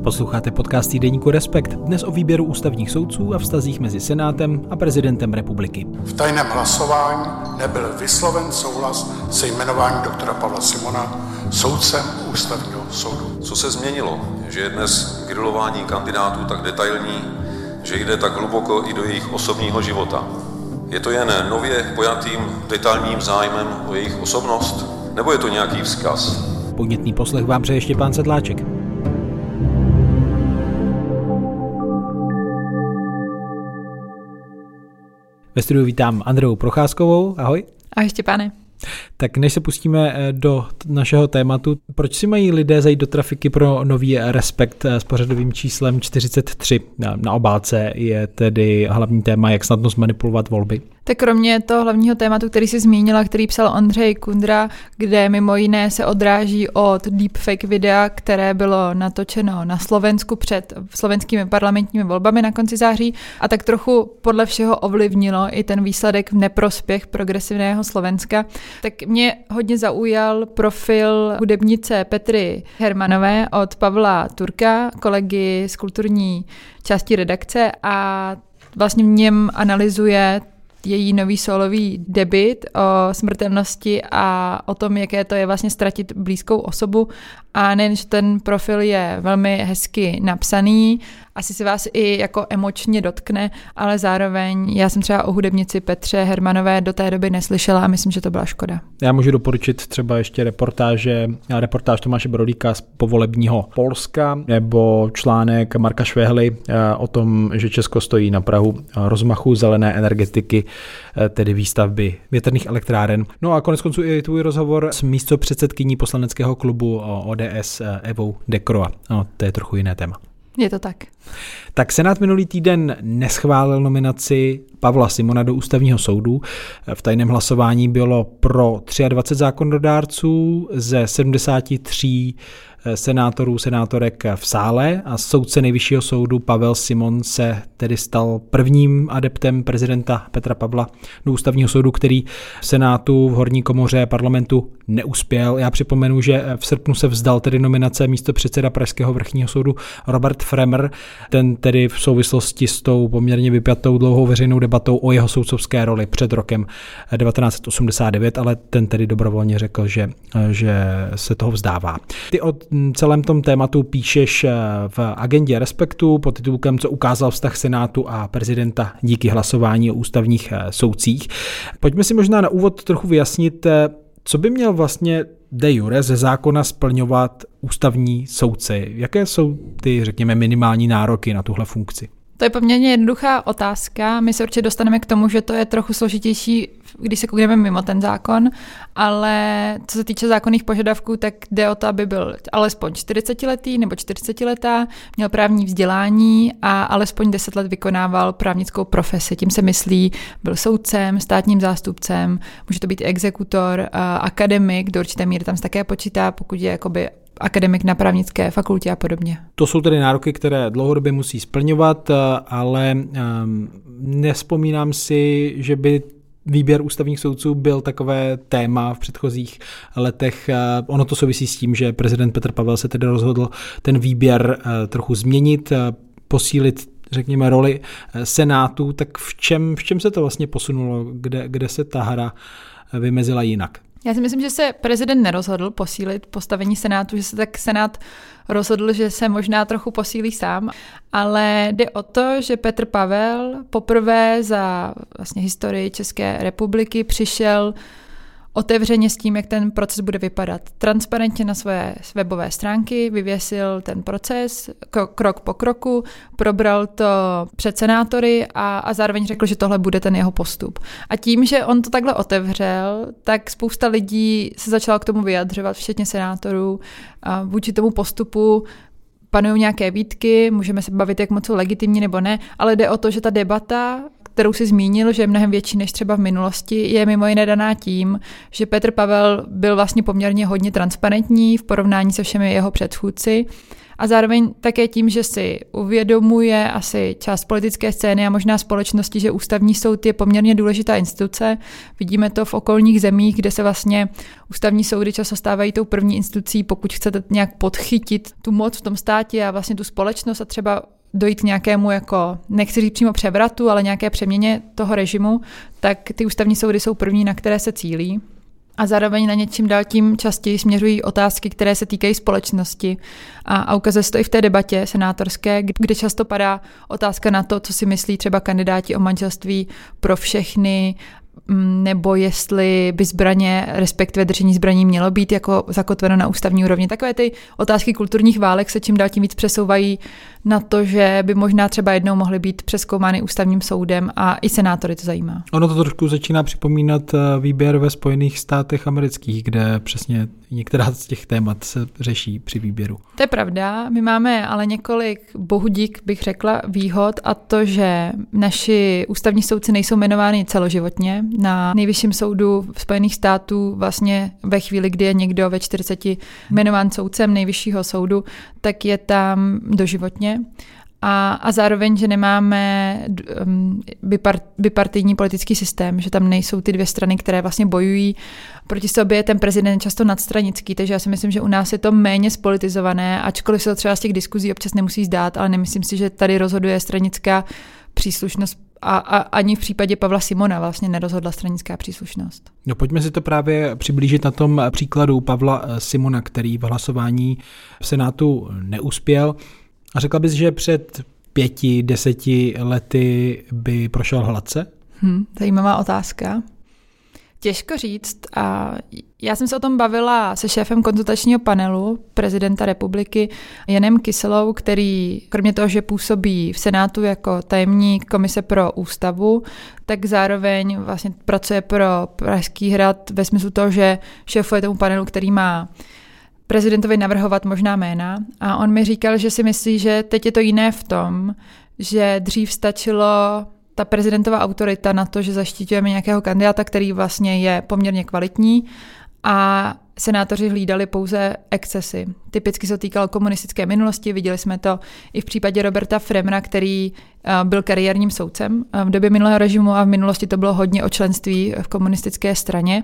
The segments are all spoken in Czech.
Posloucháte podcast týdeníku Respekt. Dnes o výběru ústavních soudců a vztazích mezi Senátem a prezidentem republiky. V tajném hlasování nebyl vysloven souhlas se jmenováním doktora Pavla Simona soudcem ústavního soudu. Co se změnilo? Že je dnes grilování kandidátů tak detailní, že jde tak hluboko i do jejich osobního života. Je to jen nově pojatým detailním zájmem o jejich osobnost? Nebo je to nějaký vzkaz? Podnětný poslech vám přeje Štěpán Sedláček. Ve studiu vítám Andreu Procházkovou. Ahoj. Ahoj Štěpáne. Tak než se pustíme do našeho tématu, proč si mají lidé zajít do trafiky pro nový Respekt s pořadovým číslem 43? Na obálce je tedy hlavní téma, jak snadno zmanipulovat volby. Tak kromě toho hlavního tématu, který jsi zmínila, který psal Ondřej Kundra, kde mimo jiné se odráží od deepfake videa, které bylo natočeno na Slovensku před slovenskými parlamentními volbami na konci září a tak trochu podle všeho ovlivnilo i ten výsledek v neprospěch progresivného Slovenska, tak mě hodně zaujal profil hudebnice Petry Hermanové od Pavla Turka, kolegy z kulturní části redakce, a vlastně v něm analyzuje její nový sólový debut o smrtelnosti a o tom, jaké to je vlastně ztratit blízkou osobu. A nejen, že ten profil je velmi hezky napsaný, asi se vás i jako emočně dotkne, ale zároveň já jsem třeba o hudebnici Petře Hermanové do té doby neslyšela a myslím, že to byla škoda. Já můžu doporučit třeba ještě reportáž Tomáše Brodíka z povolebního Polska nebo článek Marka Švéhly o tom, že Česko stojí na prahu rozmachu zelené energetiky, tedy výstavby větrných elektráren. No a koneckonců i tvůj rozhovor s místopředsedkyní poslaneckého klubu ODS Evou Dekroa. No, to je trochu jiné téma. Je to tak. Tak Senát minulý týden neschválil nominaci Pavla Simona do ústavního soudu. V tajném hlasování bylo pro 23 zákonodárců ze 73 senátorek v sále a soudce nejvyššího soudu Pavel Simon se tedy stal prvním adeptem prezidenta Petra Pavla do ústavního soudu, který v Senátu v horní komoře parlamentu neuspěl. Já připomenu, že v srpnu se vzdal tedy nominace místopředseda Pražského vrchního soudu Robert Fremer, ten tedy v souvislosti s tou poměrně vypjatou dlouhou veřejnou debatou o jeho soudcovské roli před rokem 1989, ale ten tedy dobrovolně řekl, že se toho vzdává. Ty o celém tom tématu píšeš v agendě Respektu pod titulkem Co ukázal vztah Senátu a prezidenta díky hlasování o ústavních soudcích. Pojďme si možná na úvod trochu vyjasnit, co by měl vlastně de jure ze zákona splňovat ústavní soudce. Jaké jsou ty, řekněme, minimální nároky na tuhle funkci? To je poměrně jednoduchá otázka. My se určitě dostaneme k tomu, že to je trochu složitější, když se koukneme mimo ten zákon, ale co se týče zákonných požadavků, tak jde o to, aby byl alespoň 40letý nebo 40letá, měl právní vzdělání a alespoň 10 let vykonával právnickou profesi. Tím se myslí, byl soudcem, státním zástupcem, může to být exekutor, akademik, do určité míry tam se také počítá, pokud je jakoby akademik na právnické fakultě a podobně. To jsou tedy nároky, které dlouhodobě musí splňovat, ale nevzpomínám si, že by výběr ústavních soudců byl takové téma v předchozích letech. Ono to souvisí s tím, že prezident Petr Pavel se tedy rozhodl ten výběr trochu změnit, posílit, řekněme, roli Senátu. Tak v čem se to vlastně posunulo? Kde se ta hra vymezila jinak? Já si myslím, že se prezident nerozhodl posílit postavení Senátu, že se tak Senát rozhodl, že se možná trochu posílí sám, ale jde o to, že Petr Pavel poprvé za vlastně historii České republiky přišel otevřeně s tím, jak ten proces bude vypadat. Transparentně na své webové stránky vyvěsil ten proces krok po kroku, probral to před senátory a zároveň řekl, že tohle bude ten jeho postup. A tím, že on to takhle otevřel, tak spousta lidí se začala k tomu vyjadřovat, včetně senátorů. A vůči tomu postupu panují nějaké výtky, můžeme se bavit, jak moc jsou legitimní nebo ne, ale jde o to, že ta debata, kterou si zmínil, že je mnohem větší než třeba v minulosti, je mimo jiné daná tím, že Petr Pavel byl vlastně poměrně hodně transparentní v porovnání se všemi jeho předchůdci A zároveň také tím, že si uvědomuje asi část politické scény a možná společnosti, že ústavní soud je poměrně důležitá instituce. Vidíme to v okolních zemích, kde se vlastně ústavní soudy často stávají tou první institucí, pokud chcete nějak podchytit tu moc v tom státě a vlastně tu společnost a třeba dojít k nějakému, jako, nechci říct přímo převratu, ale nějaké přeměně toho režimu, tak ty ústavní soudy jsou první, na které se cílí. A zároveň na něčím dál tím častěji směřují otázky, které se týkají společnosti. A ukazuje se to i v té debatě senátorské, kde často padá otázka na to, co si myslí třeba kandidáti o manželství pro všechny, nebo jestli by zbraně, respektive držení zbraní mělo být jako zakotveno na ústavní úrovni. Takové ty otázky kulturních válek se čím dál tím víc přesouvají na to, že by možná třeba jednou mohly být přezkoumány ústavním soudem a i senátory to zajímá. Ono to trošku začíná připomínat výběr ve Spojených státech amerických, kde přesně některá z těch témat se řeší při výběru. To je pravda, my máme ale několik bohudík, bych řekla, výhod a to, že naši ústavní soudci nejsou jmenováni celoživotně. Na nejvyšším soudu Spojených států vlastně ve chvíli, kdy je někdo ve 40 jmenován soudcem nejvyššího soudu, tak je tam doživotně. A zároveň, že nemáme bipartijní politický systém, že tam nejsou ty dvě strany, které vlastně bojují proti sobě. Ten prezident je často nadstranický, takže já si myslím, že u nás je to méně spolitizované, ačkoliv se to třeba z těch diskuzí občas nemusí zdát, ale nemyslím si, že tady rozhoduje stranická příslušnost a ani v případě Pavla Simona vlastně nerozhodla stranická příslušnost. No pojďme si to právě přiblížit na tom příkladu Pavla Simona, který v hlasování v Senátu neuspěl. A řekla bys, že před 5-10 lety by prošel hladce? Zajímavá otázka. Těžko říct. A já jsem se o tom bavila se šéfem konzultačního panelu prezidenta republiky Janem Kyselou, který kromě toho, že působí v Senátu jako tajemník komise pro ústavu, tak zároveň vlastně pracuje pro Pražský hrad ve smyslu toho, že šéfuje tomu panelu, který má prezidentovi navrhovat možná jména. A on mi říkal, že si myslí, že teď je to jiné v tom, že dřív stačilo ta prezidentová autorita na to, že zaštiťujeme nějakého kandidáta, který vlastně je poměrně kvalitní a senátoři hlídali pouze excesy. Typicky se to týkalo komunistické minulosti, viděli jsme to i v případě Roberta Fremra, který byl kariérním soudcem v době minulého režimu a v minulosti to bylo hodně o členství v komunistické straně.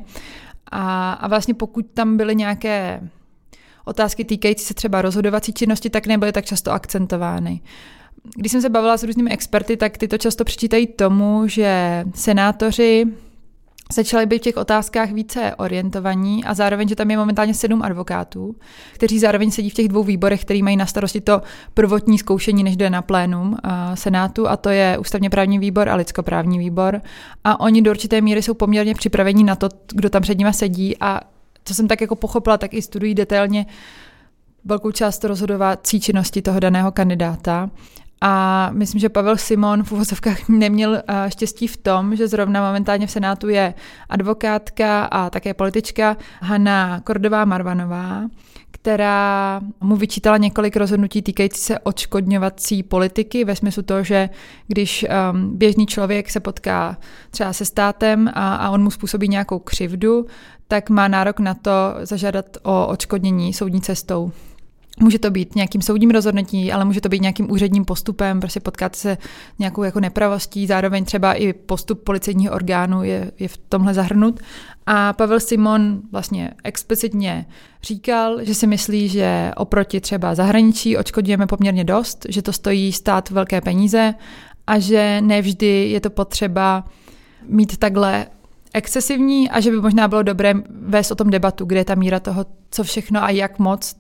A vlastně pokud tam byly nějaké otázky týkající se třeba rozhodovací činnosti, tak nebyly tak často akcentovány. Když jsem se bavila s různými experty, tak ty to často přičítají tomu, že senátoři začali být v těch otázkách více orientovaní a zároveň, že tam je momentálně 7 advokátů, kteří zároveň sedí v těch 2 výborech, který mají na starosti to prvotní zkoušení, než jde na plénum Senátu, a to je ústavně právní výbor a lidskoprávní výbor. A oni do určité míry jsou poměrně připraveni na to, kdo tam před nimi sedí, a co jsem tak jako pochopila, tak i studují detailně velkou část rozhodovací činnosti toho daného kandidáta. A myslím, že Pavel Simon v uvozovkách neměl štěstí v tom, že zrovna momentálně v Senátu je advokátka a také politička Hana Kordová-Marvanová, která mu vyčítala několik rozhodnutí týkající se odškodňovací politiky ve smyslu toho, že když běžný člověk se potká třeba se státem a on mu způsobí nějakou křivdu, tak má nárok na to zažádat o odškodnění soudní cestou. Může to být nějakým soudním rozhodnutím, ale může to být nějakým úředním postupem, prostě potkat se nějakou jako nepravostí, zároveň třeba i postup policejního orgánu je v tomhle zahrnut. A Pavel Simon vlastně explicitně říkal, že si myslí, že oproti třeba zahraničí odškodňujeme poměrně dost, že to stojí stát velké peníze a že nevždy je to potřeba mít takhle excesivní a že by možná bylo dobré vést o tom debatu, kde je ta míra toho, co všechno a jak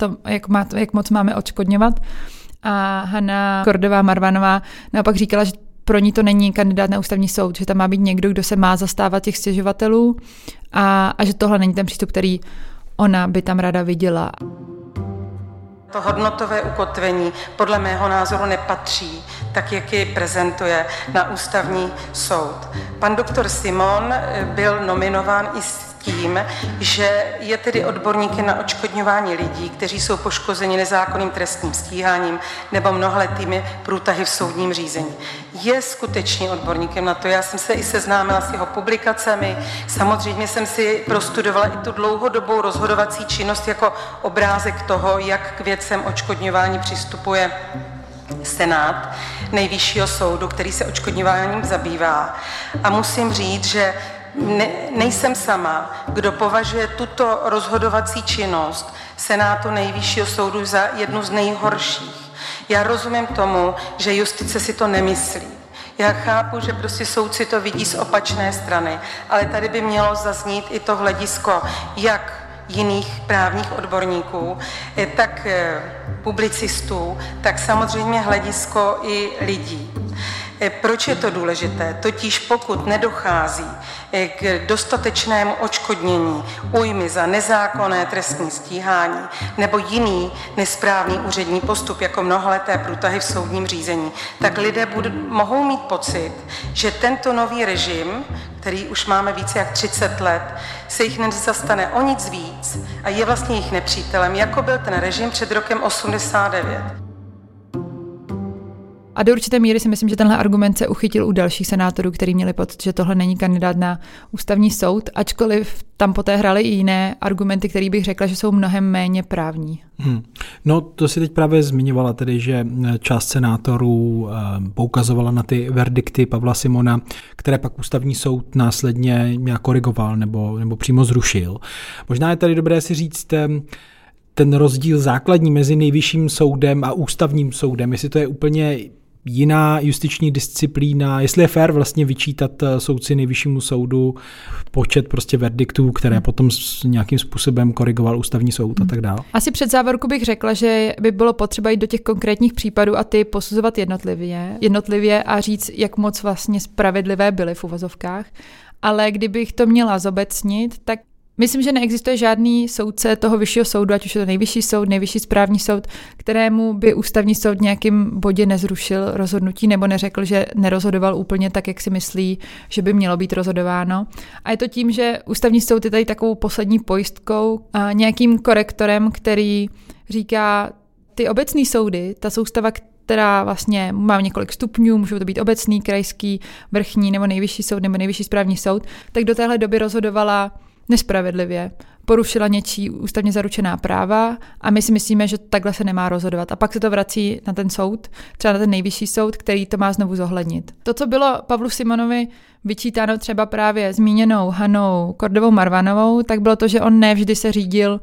moc máme odškodňovat. A Hana Kordová-Marvanová naopak říkala, že pro ní to není kandidát na ústavní soud, že tam má být někdo, kdo se má zastávat těch stěžovatelů a že tohle není ten přístup, který ona by tam ráda viděla. To hodnotové ukotvení podle mého názoru nepatří, tak jak ji prezentuje na ústavní soud. Pan doktor Simon byl nominován i s tím, že je tedy odborníkem na odškodňování lidí, kteří jsou poškozeni nezákonným trestním stíháním nebo mnohaletými průtahy v soudním řízení. Je skutečně odborníkem na to. Já jsem se i seznámila s jeho publikacemi. Samozřejmě jsem si prostudovala i tu dlouhodobou rozhodovací činnost jako obrázek toho, jak k věcem odškodňování přistupuje Senát Nejvyššího soudu, který se odškodňováním zabývá. A musím říct, že nejsem sama, kdo považuje tuto rozhodovací činnost Senátu Nejvyššího soudu za jednu z nejhorších. Já rozumím tomu, že justice si to nemyslí. Já chápu, že prostě soudci to vidí z opačné strany, ale tady by mělo zaznít i to hledisko jak jiných právních odborníků, tak publicistů, tak samozřejmě hledisko i lidí. Proč je to důležité? Totiž pokud nedochází k dostatečnému odškodnění újmy za nezákonné trestní stíhání nebo jiný nesprávný úřední postup, jako mnohaleté průtahy v soudním řízení, tak lidé mohou mít pocit, že tento nový režim, který už máme více jak 30 let, se jich nezastane o nic víc a je vlastně jejich nepřítelem, jako byl ten režim před rokem 89. A do určité míry si myslím, že tenhle argument se uchytil u dalších senátorů, kteří měli pocit, že tohle není kandidát na ústavní soud, ačkoliv tam poté hrály i jiné argumenty, které bych řekla, že jsou mnohem méně právní. No to si teď právě zmiňovala tedy, že část senátorů poukazovala na ty verdikty Pavla Simona, které pak ústavní soud následně nějak korigoval nebo přímo zrušil. Možná je tady dobré si říct ten rozdíl základní mezi Nejvyšším soudem a ústavním soudem, jestli to je úplně jiná justiční disciplína, jestli je fér vlastně vyčítat soudci Nejvyššímu soudu počet prostě verdiktů, které potom nějakým způsobem korigoval ústavní soud a tak dále. Asi před závorku bych řekla, že by bylo potřeba jít do těch konkrétních případů a ty posuzovat jednotlivě a říct, jak moc vlastně spravedlivé byly v uvozovkách. Ale kdybych to měla zobecnit, tak myslím, že neexistuje žádný soudce toho vyššího soudu, ať už je to Nejvyšší soud, Nejvyšší správní soud, kterému by ústavní soud nějakým bodě nezrušil rozhodnutí nebo neřekl, že nerozhodoval úplně tak, jak si myslí, že by mělo být rozhodováno. A je to tím, že ústavní soud je tady takovou poslední pojistkou a nějakým korektorem, který říká, ty obecní soudy, ta soustava, která vlastně má několik stupňů, můžou to být obecný, krajský, vrchní nebo Nejvyšší soud nebo Nejvyšší správní soud, tak do téhle doby rozhodovala nespravedlivě, porušila něčí ústavně zaručená práva a my si myslíme, že takhle se nemá rozhodovat. A pak se to vrací na ten soud, třeba na ten Nejvyšší soud, který to má znovu zohlednit. To, co bylo Pavlu Simonovi vyčítáno třeba právě zmíněnou Hanou Kordovou Marvanovou, tak bylo to, že on nevždy se řídil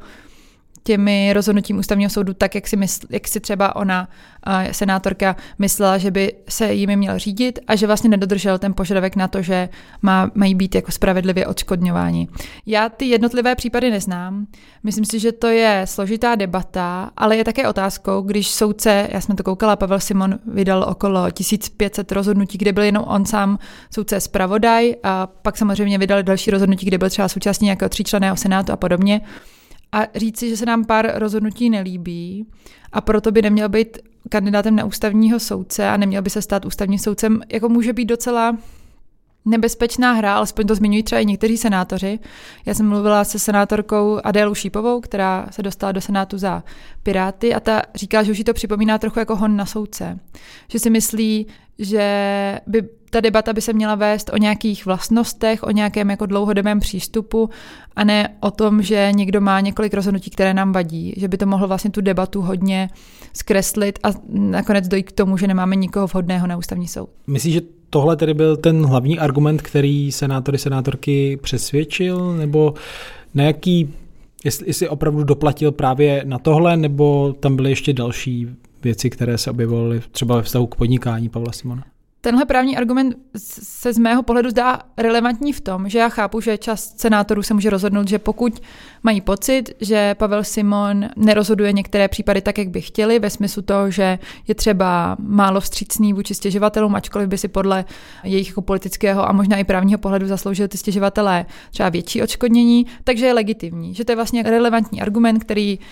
těmi rozhodnutím ústavního soudu tak, jak si třeba ona, senátorka, myslela, že by se jimi měl řídit a že vlastně nedodržel ten požadavek na to, že mají být jako spravedlivě odškodňováni. Já ty jednotlivé případy neznám. Myslím si, že to je složitá debata, ale je také otázkou, když soudce, já jsem to koukala, Pavel Simon vydal okolo 1500 rozhodnutí, kde byl jenom on sám soudce zpravodaj a pak samozřejmě vydal další rozhodnutí, kde byl třeba součástí nějakého 3členného senátu a podobně. A říci, že se nám pár rozhodnutí nelíbí a proto by neměl být kandidátem na ústavního soudce a neměl by se stát ústavním soudcem, jako může být docela nebezpečná hra, alespoň to zmiňují třeba i někteří senátoři. Já jsem mluvila se senátorkou Adélou Šípovou, která se dostala do Senátu za Piráty a ta říká, že už jí to připomíná trochu jako hon na soudce. Že si myslí, že by ta debata by se měla vést o nějakých vlastnostech, o nějakém jako dlouhodobém přístupu a ne o tom, že někdo má několik rozhodnutí, které nám vadí. Že by to mohlo vlastně tu debatu hodně zkreslit a nakonec dojít k tomu, že nemáme nikoho vhodného na ústavní soud. Myslíš, že tohle tedy byl ten hlavní argument, který senátorky přesvědčil, nebo na jaký, jestli opravdu doplatil právě na tohle, nebo tam byly ještě další věci, které se objevovaly třeba ve vztahu k podnikání Pavla Simona? Tenhle právní argument se z mého pohledu zdá relevantní v tom, že já chápu, že část senátorů se může rozhodnout, že pokud mají pocit, že Pavel Simon nerozhoduje některé případy tak, jak by chtěli, ve smyslu toho, že je třeba málo vstřícný vůči stěžovatelům, ačkoliv by si podle jejich jako politického a možná i právního pohledu zasloužili ty stěžovatelé třeba větší odškodnění, takže je legitimní, že to je vlastně relevantní argument, který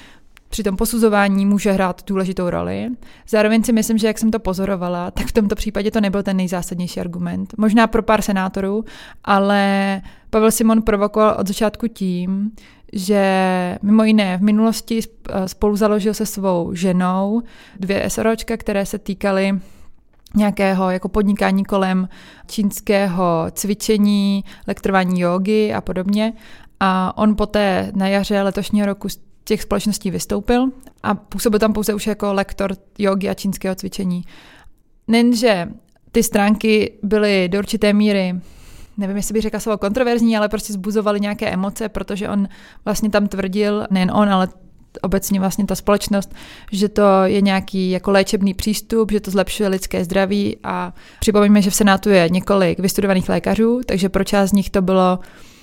při tom posuzování může hrát důležitou roli. Zároveň si myslím, že jak jsem to pozorovala, tak v tomto případě to nebyl ten nejzásadnější argument. Možná pro pár senátorů, ale Pavel Simon provokoval od začátku tím, že mimo jiné v minulosti spolu založil se svou ženou 2 SROčka, které se týkaly nějakého jako podnikání kolem čínského cvičení, lektorování jógy a podobně. A on poté na jaře letošního roku z těch společností vystoupil a působil tam pouze už jako lektor jógy a čínského cvičení. Nejenže ty stránky byly do určité míry, nevím, jestli bych řekla slovo kontroverzní, ale prostě zbuzovaly nějaké emoce, protože on vlastně tam tvrdil, nejen on, ale obecně vlastně ta společnost, že to je nějaký jako léčebný přístup, že to zlepšuje lidské zdraví a připomeňme, že v Senátu je několik vystudovaných lékařů, takže pro část z nich to byl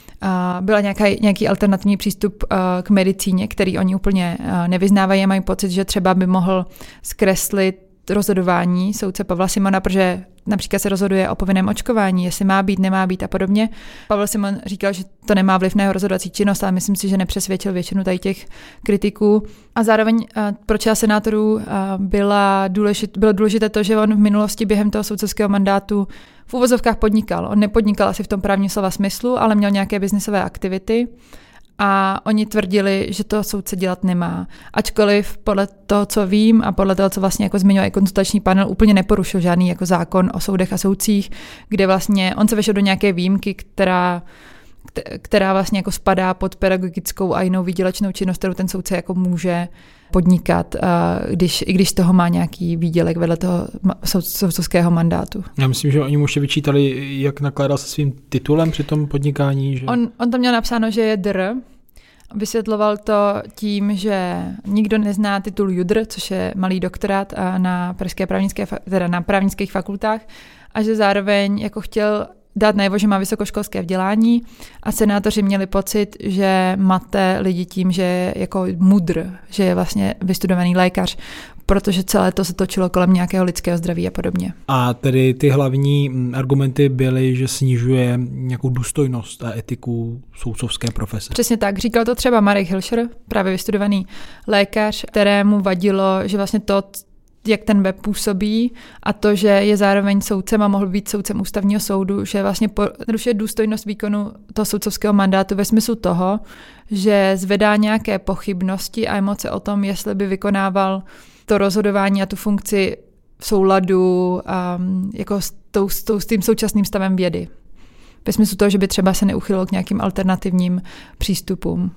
nějaký alternativní přístup k medicíně, který oni úplně nevyznávají a mají pocit, že třeba by mohl zkreslit rozhodování soudce Pavla Simona, protože například se rozhoduje o povinném očkování, jestli má být, nemá být a podobně. Pavel Simon říkal, že to nemá vliv na jeho rozhodovací činnost, ale myslím si, že nepřesvědčil většinu tady těch kritiků. A zároveň pro část senátorů bylo důležité to, že on v minulosti během toho soudcovského mandátu v uvozovkách podnikal. On nepodnikal asi v tom právním slova smyslu, ale měl nějaké biznisové aktivity. A oni tvrdili, že to soudce dělat nemá. Ačkoliv podle toho, co vím a podle toho, co vlastně jako zmiňoval i konzultační panel, úplně neporušil žádný jako zákon o soudech a soudcích, kde vlastně on se vešel do nějaké výjimky, která vlastně jako spadá pod pedagogickou a jinou výdělečnou činnost, kterou ten soudce jako může podnikat, i když z toho má nějaký výdělek vedle toho soudcovského mandátu. Já myslím, že oni mu ještě vyčítali, jak nakládal se svým titulem při tom podnikání. Že... On tam měl napsáno, že je dr. Vysvětloval to tím, že nikdo nezná titul judr, což je malý doktorát na právnických fakultách, a že zároveň jako chtěl dát najevo, že má vysokoškolské vzdělání a senátoři měli pocit, že mate lidi tím, že je jako mudr, že je vlastně vystudovaný lékař, protože celé to se točilo kolem nějakého lidského zdraví a podobně. A tedy ty hlavní argumenty byly, že snižuje nějakou důstojnost a etiku soudcovské profese. Přesně tak. Říkal to třeba Marek Hilšer, právě vystudovaný lékař, kterému vadilo, že vlastně to, jak ten web působí a to, že je zároveň soudcem a mohl být soudcem ústavního soudu, že vlastně narušuje důstojnost výkonu toho soudcovského mandátu ve smyslu toho, že zvedá nějaké pochybnosti a emoce o tom, jestli by vykonával to rozhodování a tu funkci v souladu jako s tím současným stavem vědy. Ve smyslu toho, že by třeba se neuchylil k nějakým alternativním přístupům.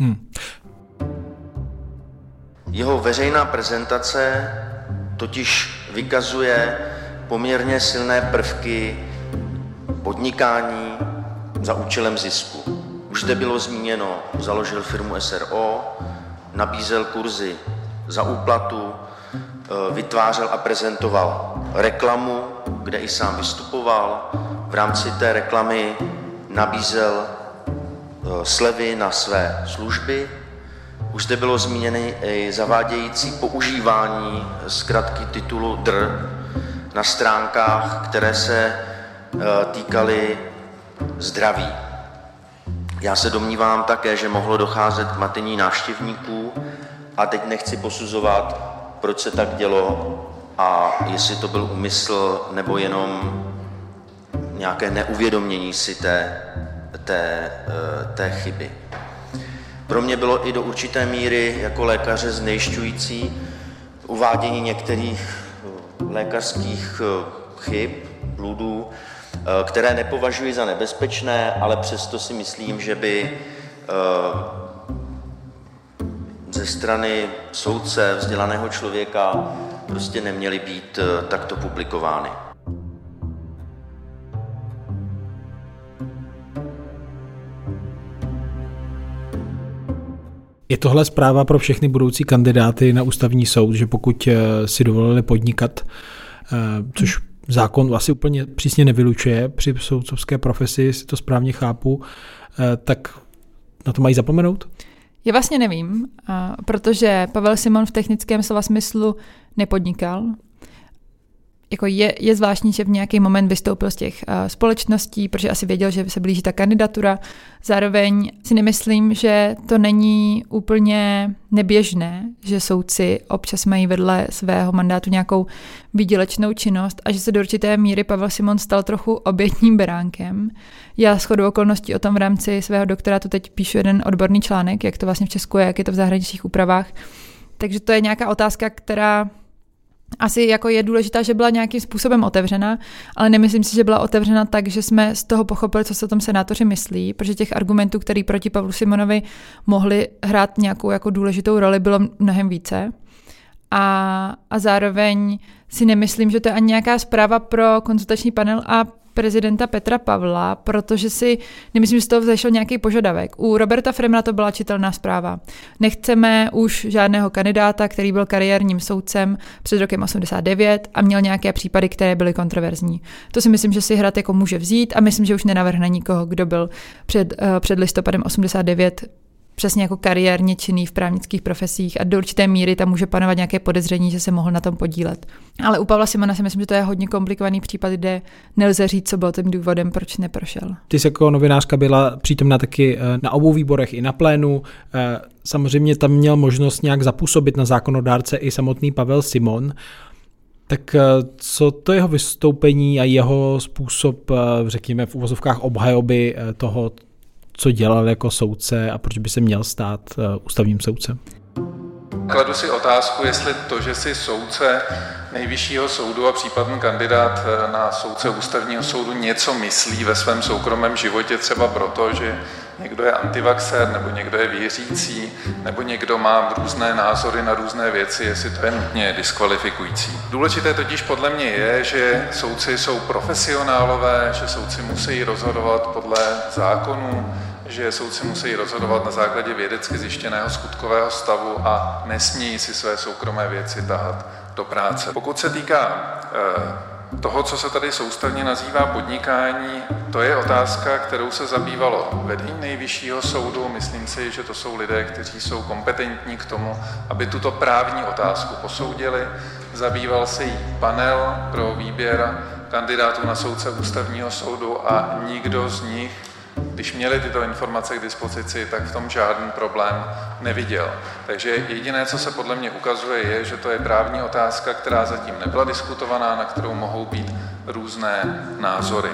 Jeho veřejná prezentace totiž vykazuje poměrně silné prvky podnikání za účelem zisku. Už zde bylo zmíněno, založil firmu SRO, nabízel kurzy za úplatu, vytvářel a prezentoval reklamu, kde i sám vystupoval. V rámci té reklamy nabízel slevy na své služby. Už zde bylo zmíněno i zavádějící používání zkratky titulu dr na stránkách, které se týkaly zdraví. Já se domnívám také, že mohlo docházet k matení návštěvníků a teď nechci posuzovat, proč se tak dělo a jestli to byl úmysl nebo jenom nějaké neuvědomění si té chyby. Pro mě bylo i do určité míry jako lékaře znejisťující uvádění některých lékařských chyb, bludů, které nepovažuji za nebezpečné, ale přesto si myslím, že by ze strany soudce, vzdělaného člověka, prostě neměly být takto publikovány. Je tohle zpráva pro všechny budoucí kandidáty na ústavní soud, že pokud si dovolili podnikat, což zákon asi úplně přísně nevylučuje při soudcovské profesi, jestli to správně chápu, tak na to mají zapomenout? Já vlastně nevím, protože Pavel Simon v technickém slova smyslu nepodnikal. jako je zvláštní, že v nějaký moment vystoupil z těch společností, protože asi věděl, že se blíží ta kandidatura. Zároveň si nemyslím, že to není úplně neběžné, že soudci občas mají vedle svého mandátu nějakou výdělečnou činnost a že se do určité míry Pavel Simon stal trochu obětním beránkem. Já shodou okolností o tom v rámci svého doktorátu teď píšu jeden odborný článek, jak to vlastně v Česku je, jak je to v zahraničních úpravách. Takže to je nějaká otázka, která asi jako je důležitá, že byla nějakým způsobem otevřena, ale nemyslím si, že byla otevřena tak, že jsme z toho pochopili, co se o tom senátoři myslí, protože těch argumentů, které proti Pavlu Simonovi mohli hrát nějakou jako důležitou roli, bylo mnohem více. A zároveň si nemyslím, že to je ani nějaká zpráva pro konzultační panel a prezidenta Petra Pavla, protože si nemyslím, že z toho vzešel nějaký požadavek. U Roberta Fremla to byla čitelná zpráva. Nechceme už žádného kandidáta, který byl kariérním soudcem před rokem 89 a měl nějaké případy, které byly kontroverzní. To si myslím, že si Hrad jako může vzít a myslím, že už nenavrhne nikoho, kdo byl před listopadem 89 přesně jako kariérně činný v právnických profesích a do určité míry tam může panovat nějaké podezření, že se mohl na tom podílet. Ale u Pavla Simona si myslím, že to je hodně komplikovaný případ, kde nelze říct, co byl tím důvodem, proč neprošel. Ty jsi jako novinářka byla přítomna taky na obou výborech i na plénu. Samozřejmě tam měl možnost nějak zapůsobit na zákonodárce i samotný Pavel Simon. Tak co to jeho vystoupení a jeho způsob, řekněme v uvozovkách obhajoby toho, co dělal jako soudce a proč by se měl stát ústavním soudcem? Kladu si otázku, jestli to, že si soudce Nejvyššího soudu a případný kandidát na soudce ústavního soudu něco myslí ve svém soukromém životě, třeba proto, že někdo je antivaxér, nebo někdo je věřící, nebo někdo má různé názory na různé věci, jestli to je nutně diskvalifikující. Důležité totiž podle mě je, že soudci jsou profesionálové, že soudci musí rozhodovat podle zákonů, že soudci musí rozhodovat na základě vědecky zjištěného skutkového stavu a nesmějí si své soukromé věci tahat do práce. Pokud se týká toho, co se tady soustavně nazývá podnikání, to je otázka, kterou se zabývalo vedení Nejvyššího soudu. Myslím si, že to jsou lidé, kteří jsou kompetentní k tomu, aby tuto právní otázku posoudili. Zabýval se jí panel pro výběr kandidátů na soudce ústavního soudu a nikdo z nich, když měli tyto informace k dispozici, tak v tom žádný problém neviděl. Takže jediné, co se podle mě ukazuje, je, že to je právní otázka, která zatím nebyla diskutovaná, na kterou mohou být různé názory.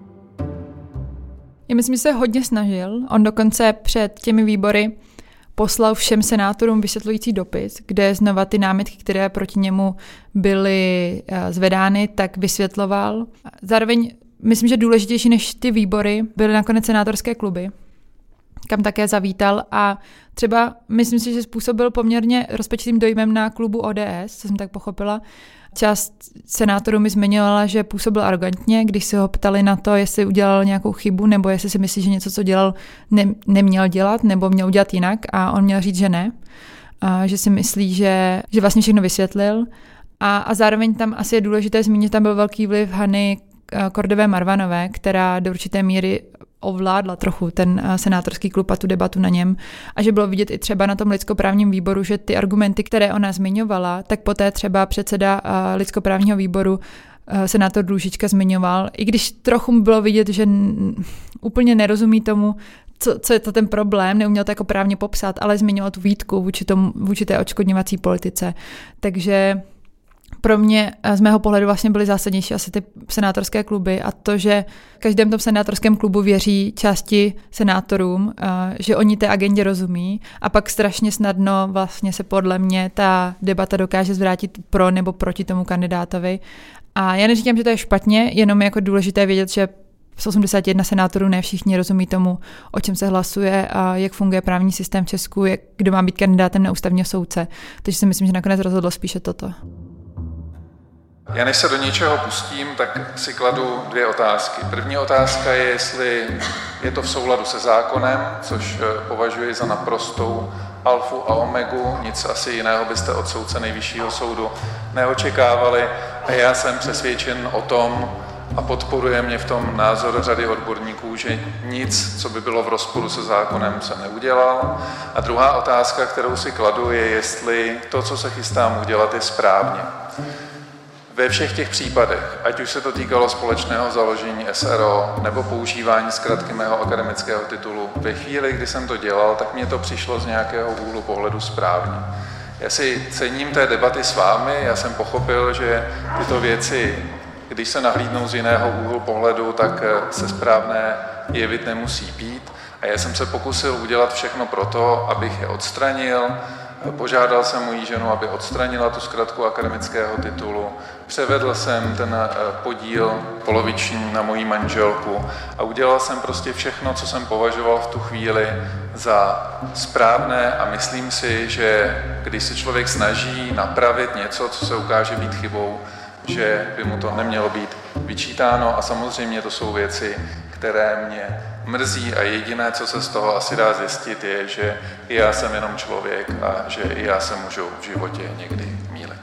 Já myslím, že se hodně snažil. On dokonce před těmi výbory poslal všem senátorům vysvětlující dopis, kde znova ty námitky, které proti němu byly zvedány, tak vysvětloval. Zároveň myslím, že důležitější než ty výbory byly nakonec senátorské kluby, kam také zavítal a třeba myslím si, že způsobil poměrně rozpačitým dojmem na klubu ODS, co jsem tak pochopila. Část senátorů mi zmiňovala, že působil arrogantně, když se ho ptali na to, jestli udělal nějakou chybu nebo jestli si myslí, že něco, co dělal, neměl dělat nebo měl udělat jinak a on měl říct, že ne. A že si myslí, že vlastně všechno vysvětlil. A zároveň tam asi je důležité zmínit, tam byl velký vliv Hany Kordové Marvanové, která do určité míry ovládla trochu ten senátorský klub a tu debatu na něm. A že bylo vidět i třeba na tom lidskoprávním výboru, že ty argumenty, které ona zmiňovala, tak poté třeba předseda lidskoprávního výboru senátor Růžička zmiňoval, i když trochu bylo vidět, že úplně nerozumí tomu, co je to ten problém, neuměl to jako právně popsat, ale zmiňoval tu výtku vůči té odškodňovací politice. Takže pro mě z mého pohledu vlastně byly zásadnější asi ty senátorské kluby a to, že v každém tom senátorském klubu věří části senátorům, že oni té agendě rozumí a pak strašně snadno vlastně se podle mě ta debata dokáže zvrátit pro nebo proti tomu kandidátovi. A já neříkám, že to je špatně, jenom jako důležité vědět, že z 81 senátorů ne všichni rozumí tomu, o čem se hlasuje a jak funguje právní systém v Česku, kdo má být kandidátem na ústavního soudce. Takže si myslím, že nakonec rozhodlo spíše toto. Já než se do něčeho pustím, tak si kladu dvě otázky. První otázka je, jestli je to v souladu se zákonem, což považuji za naprostou alfu a omegu. Nic asi jiného byste od soudce Nejvyššího soudu neočekávali. A já jsem přesvědčen o tom, a podporuje mě v tom názor řady odborníků, že nic, co by bylo v rozporu se zákonem, se neudělal. A druhá otázka, kterou si kladu, je, jestli to, co se chystám udělat, je správně. Ve všech těch případech, ať už se to týkalo společného založení SRO nebo používání zkratky mého akademického titulu, ve chvíli, kdy jsem to dělal, tak mně to přišlo z nějakého úhlu pohledu správně. Já si cením té debaty s vámi, já jsem pochopil, že tyto věci, když se nahlídnou z jiného úhlu pohledu, tak se správné jevit nemusí být. A já jsem se pokusil udělat všechno pro to, abych je odstranil. Požádal jsem moji ženu, aby odstranila tu zkratku akademického titulu. Převedl jsem ten podíl poloviční na moji manželku a udělal jsem prostě všechno, co jsem považoval v tu chvíli za správné a myslím si, že když se člověk snaží napravit něco, co se ukáže být chybou, že by mu to nemělo být vyčítáno a samozřejmě to jsou věci, které mě mrzí a jediné, co se z toho asi dá zjistit, je, že i já jsem jenom člověk a že i já se můžu v životě někdy mýlit.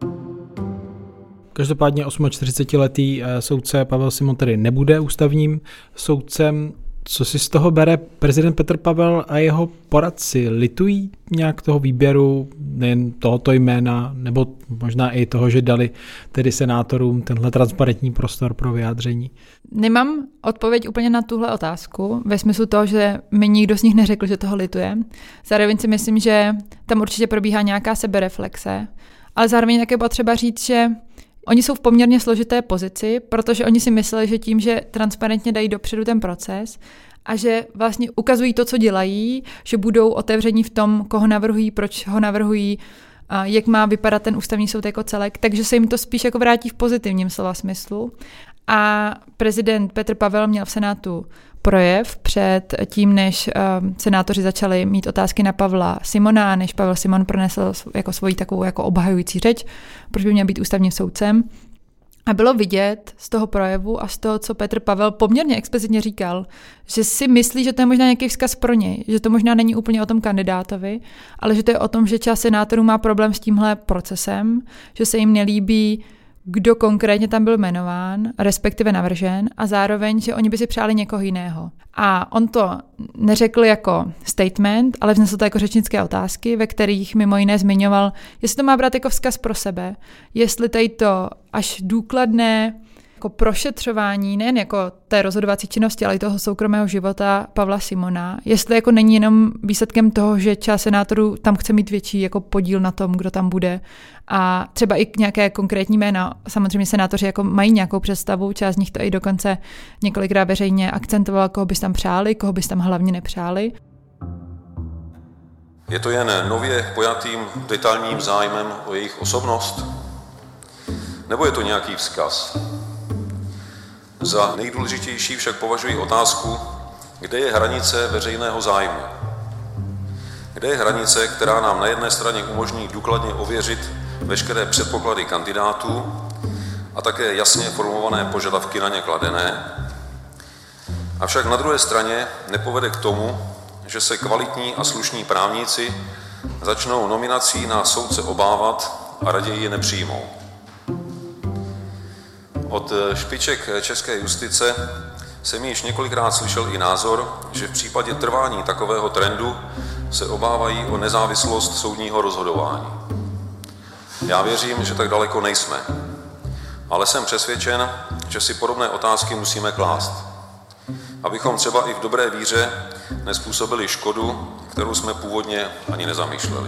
Každopádně 48letý soudce Pavel Simon tedy nebude ústavním soudcem. Co si z toho bere prezident Petr Pavel a jeho poradci? Litují nějak toho výběru, nejen tohoto jména, nebo možná i toho, že dali tedy senátorům tenhle transparentní prostor pro vyjádření? Nemám odpověď úplně na tuhle otázku, ve smyslu toho, že mi nikdo z nich neřekl, že toho lituje. Zároveň si myslím, že tam určitě probíhá nějaká sebereflexe, ale zároveň také potřeba říct, že oni jsou v poměrně složité pozici, protože oni si mysleli, že tím, že transparentně dají dopředu ten proces a že vlastně ukazují to, co dělají, že budou otevření v tom, koho navrhují, proč ho navrhují, jak má vypadat ten ústavní soud jako celek, takže se jim to spíš jako vrátí v pozitivním slova smyslu. A prezident Petr Pavel měl v Senátu projev před tím, než senátoři začali mít otázky na Pavla Simona, než Pavel Simon pronesl jako svoji takovou jako obhajující řeč, proč by měl být ústavním soudcem. A bylo vidět z toho projevu a z toho, co Petr Pavel poměrně explicitně říkal, že si myslí, že to je možná nějaký vzkaz pro něj, že to možná není úplně o tom kandidátovi, ale že to je o tom, že část senátorů má problém s tímhle procesem, že se jim nelíbí, kdo konkrétně tam byl jmenován, respektive navržen a zároveň, že oni by si přáli někoho jiného. A on to neřekl jako statement, ale vznesl to jako řečnické otázky, ve kterých mimo jiné zmiňoval, jestli to má brát jako vzkaz pro sebe, jestli tady to až důkladné jako prošetřování, nejen jako té rozhodovací činnosti, ale i toho soukromého života Pavla Simona, jestli jako není jenom výsledkem toho, že část senátorů tam chce mít větší jako podíl na tom, kdo tam bude a třeba i nějaké konkrétní jména. Samozřejmě senátoři jako mají nějakou představu, část z nich to i dokonce několikrát veřejně akcentovala, koho bys tam přáli, koho bys tam hlavně nepřáli. Je to jen nově pojatým detailním zájmem o jejich osobnost? Nebo je to nějaký vzkaz? Za nejdůležitější však považuji otázku, kde je hranice veřejného zájmu. Kde je hranice, která nám na jedné straně umožní důkladně ověřit veškeré předpoklady kandidátů a také jasně formulované požadavky na ně kladené, avšak na druhé straně nepovede k tomu, že se kvalitní a slušní právníci začnou nominací na soudce obávat a raději je nepřijmou. Od špiček české justice jsem již několikrát slyšel i názor, že v případě trvání takového trendu se obávají o nezávislost soudního rozhodování. Já věřím, že tak daleko nejsme, ale jsem přesvědčen, že si podobné otázky musíme klást, abychom třeba i v dobré víře nezpůsobili škodu, kterou jsme původně ani nezamýšleli.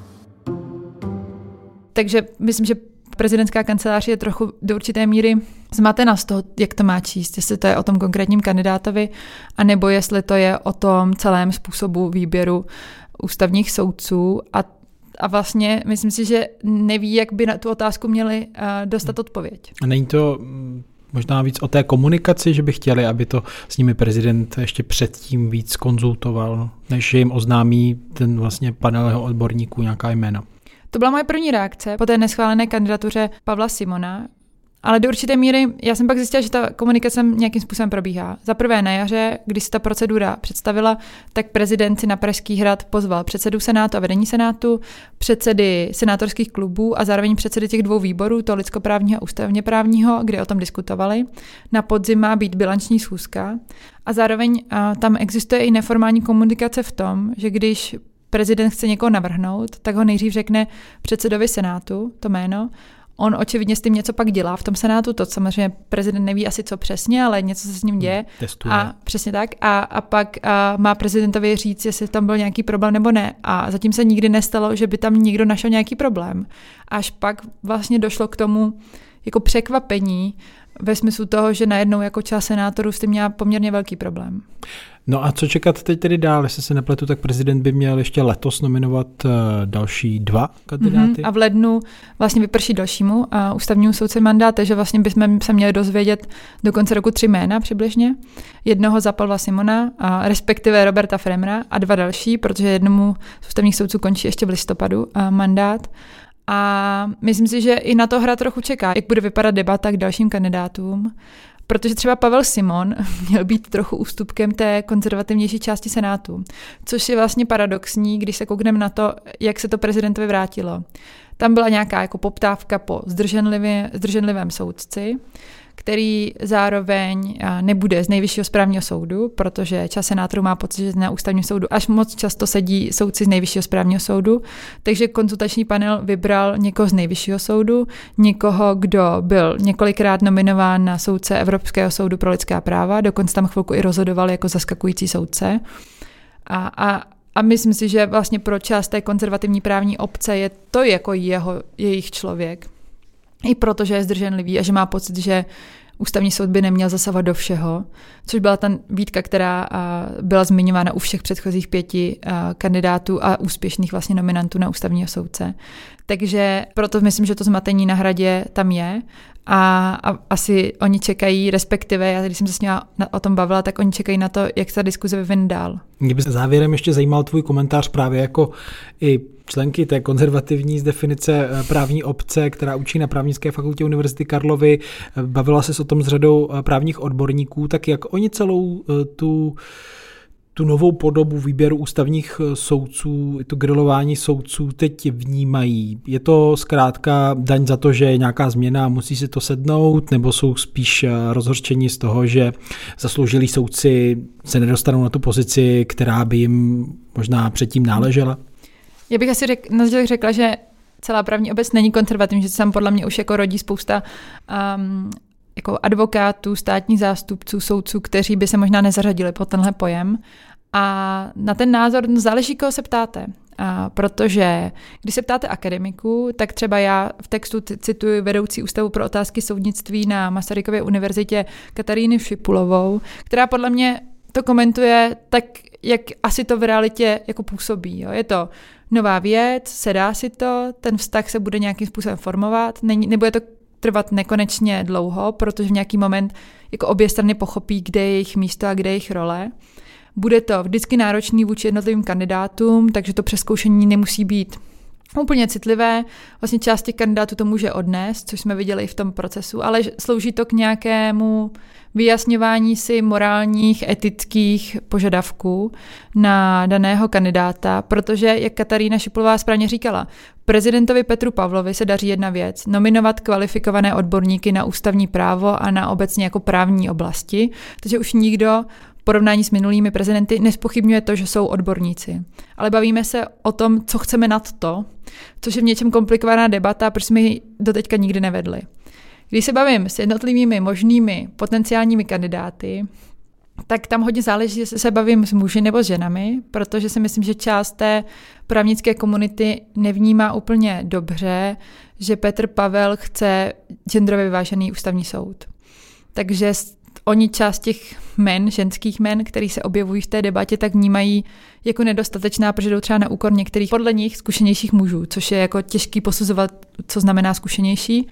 Takže myslím, že prezidentská kancelář je trochu do určité míry zmatena z toho, jak to má číst, jestli to je o tom konkrétním kandidátovi, anebo jestli to je o tom celém způsobu výběru ústavních soudců a vlastně myslím si, že neví, jak by na tu otázku měli dostat odpověď. A není to možná víc o té komunikaci, že by chtěli, aby to s nimi prezident ještě předtím víc konzultoval, než jim oznámí ten vlastně panel jeho odborníků nějaká jména? To byla moje první reakce po té neschválené kandidatuře Pavla Simona, ale do určité míry já jsem pak zjistila, že ta komunikace nějakým způsobem probíhá. Za prvé na jaře, když se ta procedura představila, tak prezident si na Pražský hrad pozval předsedu Senátu a vedení Senátu, předsedy senátorských klubů a zároveň předsedy těch dvou výborů, toho lidskoprávního a ústavně právního, kde o tom diskutovali. Na podzim má být bilanční schůzka a zároveň tam existuje i neformální komunikace v tom, že když prezident chce někoho navrhnout, tak ho nejdřív řekne předsedovi Senátu, to jméno. On očividně s tím něco pak dělá v tom Senátu, to samozřejmě prezident neví asi co přesně, ale něco se s ním děje. Testuje. A přesně tak. A pak má prezidentovi říct, jestli tam byl nějaký problém nebo ne. A zatím se nikdy nestalo, že by tam někdo našel nějaký problém. Až pak vlastně došlo k tomu jako překvapení ve smyslu toho, že najednou jako část senátorů s tím měla poměrně velký problém. No a co čekat teď tedy dál? Jestli se nepletu, tak prezident by měl ještě letos nominovat další 2 kandidáty. A v lednu vlastně vyprší dalšímu ústavnímu soudci mandát, takže vlastně bychom se měli dozvědět do konce roku 3 jména přibližně. Jednoho za Pavla Simona, respektive Roberta Fremera a 2 další, protože jednomu z ústavních soudců končí ještě v listopadu mandát. A myslím si, že i na to hra trochu čeká, jak bude vypadat debata k dalším kandidátům, protože třeba Pavel Simon měl být trochu ústupkem té konzervativnější části Senátu, což je vlastně paradoxní, když se koukneme na to, jak se to prezidentovi vrátilo. Tam byla nějaká jako poptávka po zdrženlivém soudci, který zároveň nebude z Nejvyššího správního soudu, protože část senátorů má pocit, že na ústavním soudu až moc často sedí soudci z Nejvyššího správního soudu, takže konzultační panel vybral někoho z Nejvyššího soudu, někoho, kdo byl několikrát nominován na soudce Evropského soudu pro lidská práva, dokonce tam chvilku i rozhodoval jako zaskakující soudce. A myslím si, že vlastně pro část té konzervativní právní obce je to jako jejich člověk. I protože je zdrženlivý a že má pocit, že ústavní soud by neměl zasahovat do všeho, což byla ta výtka, která byla zmiňována u všech předchozích 5 kandidátů a úspěšných vlastně nominantů na ústavního soudce. Takže proto myslím, že to zmatení na Hradě tam je a asi oni čekají, respektive, já když jsem se s nimi o tom bavila, tak oni čekají na to, jak se ta diskuze vyvine dál. Mě by závěrem ještě zajímal tvůj komentář právě jako i členky té konzervativní z definice právní obce, která učí na Právnické fakultě Univerzity Karlovy. Bavila se o tom s řadou právních odborníků, tak jak oni celou tu novou podobu výběru ústavních soudců, to grilování soudců teď vnímají? Je to zkrátka daň za to, že je nějaká změna a musí si to sednout, nebo jsou spíš rozhořčení z toho, že zasloužilí soudci se nedostanou na tu pozici, která by jim možná předtím náležela? Já bych asi řekla, že celá právní obec není konzervativní, že se tam podle mě už jako rodí spousta jako advokátů, státních zástupců, soudců, kteří by se možná nezařadili pod tenhle pojem. A na ten názor záleží, koho se ptáte. Protože když se ptáte akademiků, tak třeba já v textu cituji vedoucí Ústavu pro otázky soudnictví na Masarykově univerzitě Katarínu Šipulovou, která podle mě to komentuje tak, jak asi to v realitě jako působí. Jo. Je to nová věc, sedá si to, ten vztah se bude nějakým způsobem formovat, nebude to trvat nekonečně dlouho, protože v nějaký moment jako obě strany pochopí, kde je jejich místo a kde je jejich role. Bude to vždycky náročný vůči jednotlivým kandidátům, takže to přezkoušení nemusí být úplně citlivé. Vlastně část těch kandidátů to může odnést, což jsme viděli i v tom procesu, ale slouží to k nějakému vyjasňování si morálních, etických požadavků na daného kandidáta, protože, jak Katarína Šipulová správně říkala, prezidentovi Petru Pavlovi se daří jedna věc, nominovat kvalifikované odborníky na ústavní právo a na obecně jako právní oblasti, takže už nikdo v porovnání s minulými prezidenty nespochybňuje to, že jsou odborníci. Ale bavíme se o tom, co chceme nad to, což je v něčem komplikovaná debata, protože jsme ji doteďka nikdy nevedli. Když se bavím s jednotlivými možnými potenciálními kandidáty, tak tam hodně záleží, jestli se bavím s muži nebo s ženami, protože si myslím, že část té právnické komunity nevnímá úplně dobře, že Petr Pavel chce genderově vyvážený ústavní soud. Takže oni část těch men, ženských men, který se objevují v té debatě, tak vnímají jako nedostatečná, protože jdou třeba na úkor některých podle nich zkušenějších mužů, což je jako těžký posuzovat, co znamená zkušenější.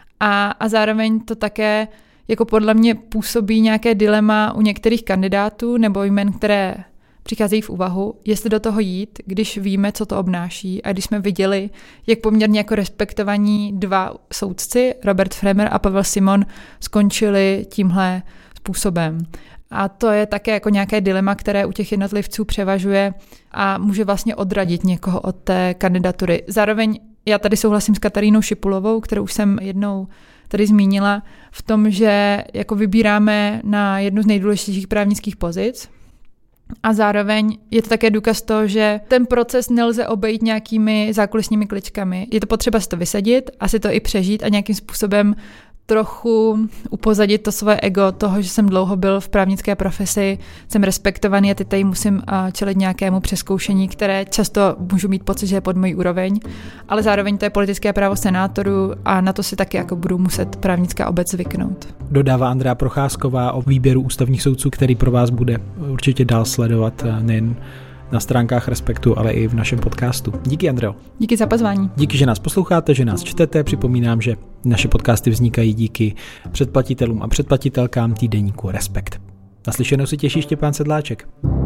A zároveň to také jako podle mě působí nějaké dilema u některých kandidátů nebo jmen, které přicházejí v úvahu, jestli do toho jít, když víme, co to obnáší a když jsme viděli, jak poměrně jako respektovaní 2 soudci, Robert Fremer a Pavel Simon, skončili tímhle způsobem. A to je také jako nějaké dilema, které u těch jednotlivců převažuje a může vlastně odradit někoho od té kandidatury. Zároveň já tady souhlasím s Katarínou Šipulovou, kterou už jsem jednou tady zmínila, v tom, že jako vybíráme na jednu z nejdůležitějších právnických pozic A zároveň je to také důkaz toho, že ten proces nelze obejít nějakými zákulisními kličkami. Je to potřeba si to vysadit a si to i přežít a nějakým způsobem trochu upozadit to svoje ego toho, že jsem dlouho byl v právnické profesi, jsem respektovaný a teď tady musím čelit nějakému přezkoušení, které často můžu mít pocit, že je pod mojí úroveň, ale zároveň to je politické právo senátorů a na to si taky jako budu muset právnická obec zvyknout. Dodává Andrea Procházková o výběru ústavních soudců, který pro vás bude určitě dál sledovat nejen na stránkách Respektu, ale i v našem podcastu. Díky, Andreo. Díky za pozvání. Díky, že nás posloucháte, že nás čtete. Připomínám, že naše podcasty vznikají díky předplatitelům a předplatitelkám týdeníku Respekt. Naslyšenou si těší Štěpán Sedláček.